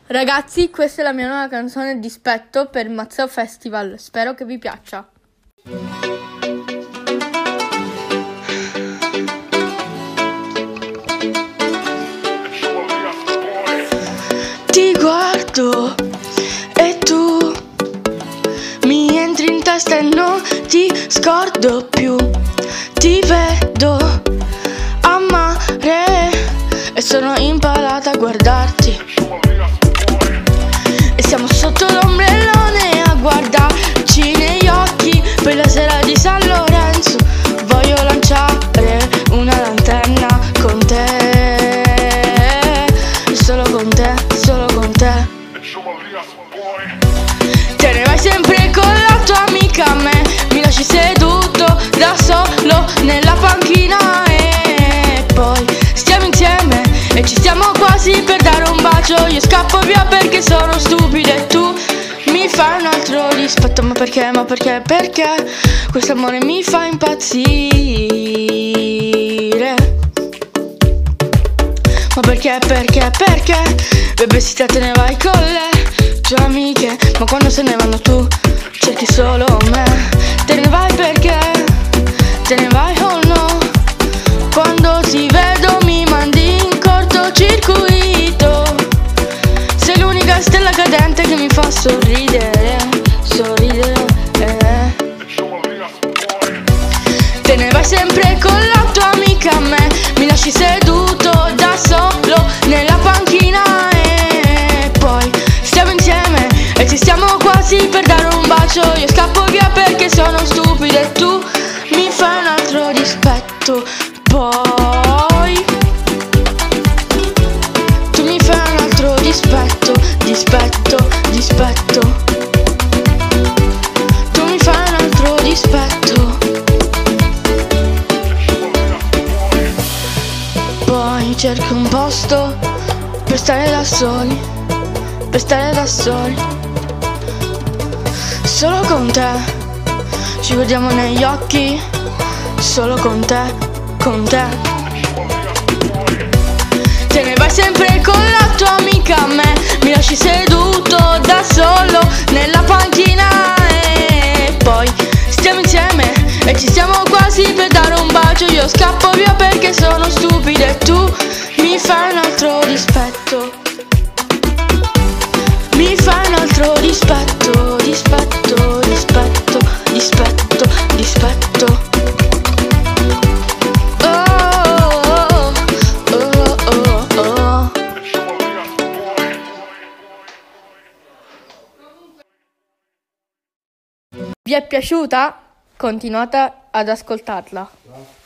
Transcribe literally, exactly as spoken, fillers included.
Ragazzi, questa è la mia nuova canzone Dispetto per Mazzeo Festival, spero che vi piaccia. Ti guardo e tu mi entri in testa e non ti scordo più. Ti vedo a mare e sono impalata a guardarti. E siamo sotto l'ombrellone a guardarci negli occhi. Poi la sera di San Lorenzo voglio lanciare una lanterna con te. Solo con te, solo con te. Te ne vai sempre con la tua amica, a me mi lasci seduto da solo nella panchina. E poi stiamo insieme e ci stiamo quasi per dare un bacio. Io scappo via perché sono stupida e tu mi fai un altro dispetto. Ma perché, ma perché, perché questo amore mi fa impazzire? Ma perché, perché, perché bebesita te ne vai con le tue amiche, ma quando se ne vanno tu cerchi solo me. Te ne vai perché, te ne vai o no? Quando ti vedo mi mandi in cortocircuito. Sei l'unica stella cadente che mi fa sorridere, sorridere eh. Te ne vai sempre con la tua amica, a me mi lasci seduto da solo nella panchina. E poi stiamo insieme e ci stiamo quasi per dare un bacio. Io scappo via perché sono stupida e tu mi fai un altro dispetto. Poi tu mi fai un altro dispetto, dispetto, dispetto. Tu mi fai un altro dispetto. Poi cerco un posto per stare da soli, per stare da soli. Solo con te ci guardiamo negli occhi. Solo con te, con te. Te ne vai sempre con la tua amica, a me mi lasci seduto da solo nella panchina. E poi stiamo insieme e ci stiamo quasi per dare un bacio. Io scappo via perché sono stupida e tu mi fai un altro dispetto. Mi fai un altro dispetto, dispetto, dispetto, dispetto, dispetto. Vi è piaciuta? Continuate ad ascoltarla.